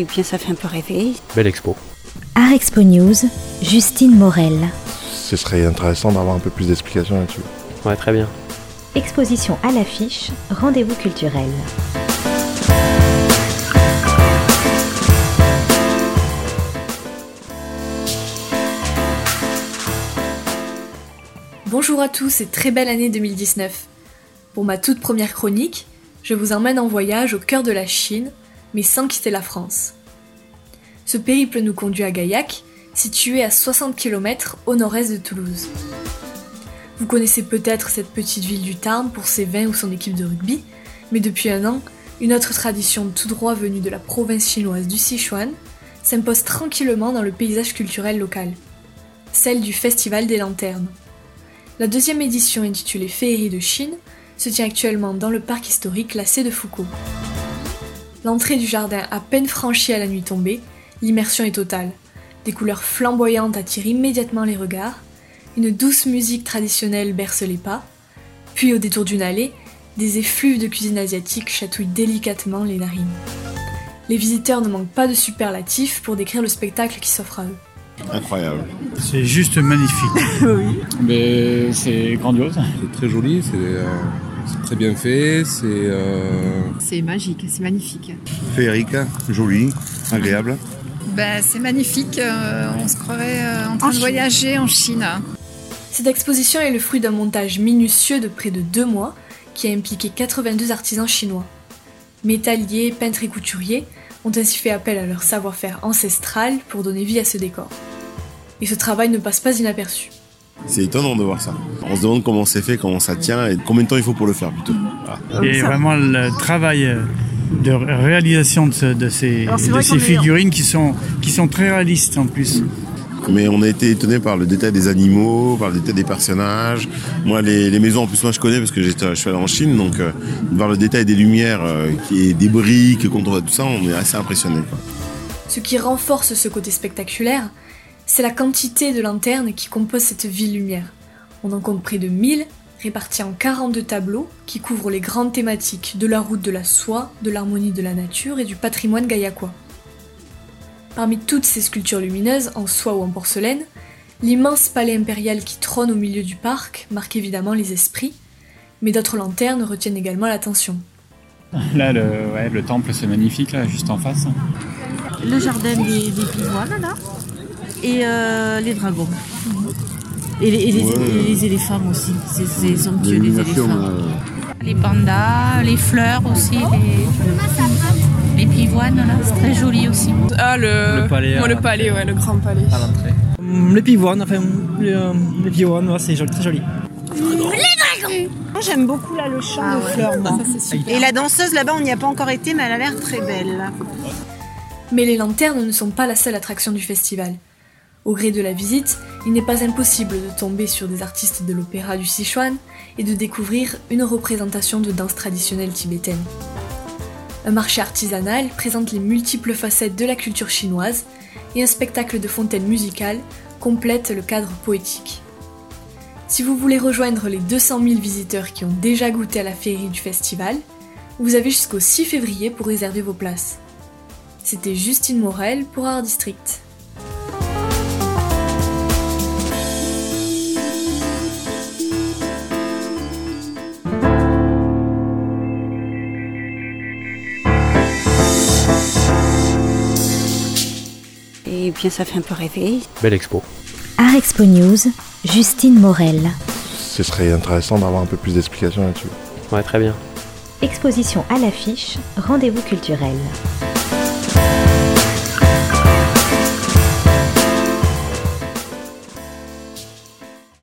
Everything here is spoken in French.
Et bien ça fait un peu rêver. Belle expo. Art Expo News, Justine Morel. Ce serait intéressant d'avoir un peu plus d'explications là-dessus. Ouais, très bien. Exposition à l'affiche, rendez-vous culturel. Bonjour à tous et très belle année 2019. Pour ma toute première chronique, je vous emmène en voyage au cœur de la Chine, mais sans quitter la France. Ce périple nous conduit à Gaillac, situé à 60 km au nord-est de Toulouse. Vous connaissez peut-être cette petite ville du Tarn pour ses vins ou son équipe de rugby, mais depuis un an, une autre tradition tout droit venue de la province chinoise du Sichuan s'impose tranquillement dans le paysage culturel local, celle du Festival des Lanternes. La deuxième édition intitulée Féerie de Chine se tient actuellement dans le parc historique Lacé de Foucault. L'entrée du jardin à peine franchie à la nuit tombée, l'immersion est totale. Des couleurs flamboyantes attirent immédiatement les regards, une douce musique traditionnelle berce les pas, puis au détour d'une allée, des effluves de cuisine asiatique chatouillent délicatement les narines. Les visiteurs ne manquent pas de superlatifs pour décrire le spectacle qui s'offre à eux. Incroyable. C'est juste magnifique. Oui. Mais c'est grandiose. C'est très joli, c'est très bien fait, C'est magique, c'est magnifique. Féerique, joli, agréable. C'est magnifique, on se croirait en train de voyager en Chine. Cette exposition est le fruit d'un montage minutieux de près de 2 mois qui a impliqué 82 artisans chinois. Métalliers, peintres et couturiers ont ainsi fait appel à leur savoir-faire ancestral pour donner vie à ce décor. Et ce travail ne passe pas inaperçu. C'est étonnant de voir ça. On se demande comment c'est fait, comment ça tient et combien de temps il faut pour le faire plutôt. Voilà. Et vraiment le travail de réalisation de ces figurines qui sont très réalistes en plus. Mais on a été étonné par le détail des animaux, par le détail des personnages. Moi, les maisons, en plus, moi je connais parce que je suis allé en Chine, donc voir le détail des lumières, des briques, quand on voit tout ça, on est assez impressionné. Ce qui renforce ce côté spectaculaire, c'est la quantité de lanternes qui composent cette ville lumière. On en compte près de 1000, répartis en 42 tableaux qui couvrent les grandes thématiques de la route de la soie, de l'harmonie de la nature et du patrimoine gaillacois. Parmi toutes ces sculptures lumineuses, en soie ou en porcelaine, l'immense palais impérial qui trône au milieu du parc marque évidemment les esprits, mais d'autres lanternes retiennent également l'attention. Là, le temple, c'est magnifique, là, juste en face. Le jardin des pivoines, là, et les dragons. Et les éléphants aussi, c'est somptueux, les éléphants. Les pandas, les fleurs aussi, les pivoines, là, c'est très joli aussi. Ah, le palais, le palais, ouais, le grand palais. À l'entrée. Les pivoines, les pivoines, ouais, c'est très joli. Les dragons. Moi, j'aime beaucoup là, le champ de fleurs. Moi. Et la danseuse, là-bas, on n'y a pas encore été, mais elle a l'air très belle. Mais les lanternes ne sont pas la seule attraction du festival. Au gré de la visite, il n'est pas impossible de tomber sur des artistes de l'opéra du Sichuan et de découvrir une représentation de danse traditionnelle tibétaine. Un marché artisanal présente les multiples facettes de la culture chinoise et un spectacle de fontaine musicale complète le cadre poétique. Si vous voulez rejoindre les 200 000 visiteurs qui ont déjà goûté à la féerie du festival, vous avez jusqu'au 6 février pour réserver vos places. C'était Justine Morel pour Art District. Et bien ça fait un peu rêver. Belle expo. Art Expo News, Justine Morel. Ce serait intéressant d'avoir un peu plus d'explications là-dessus. Ouais, très bien. Exposition à l'affiche, rendez-vous culturel.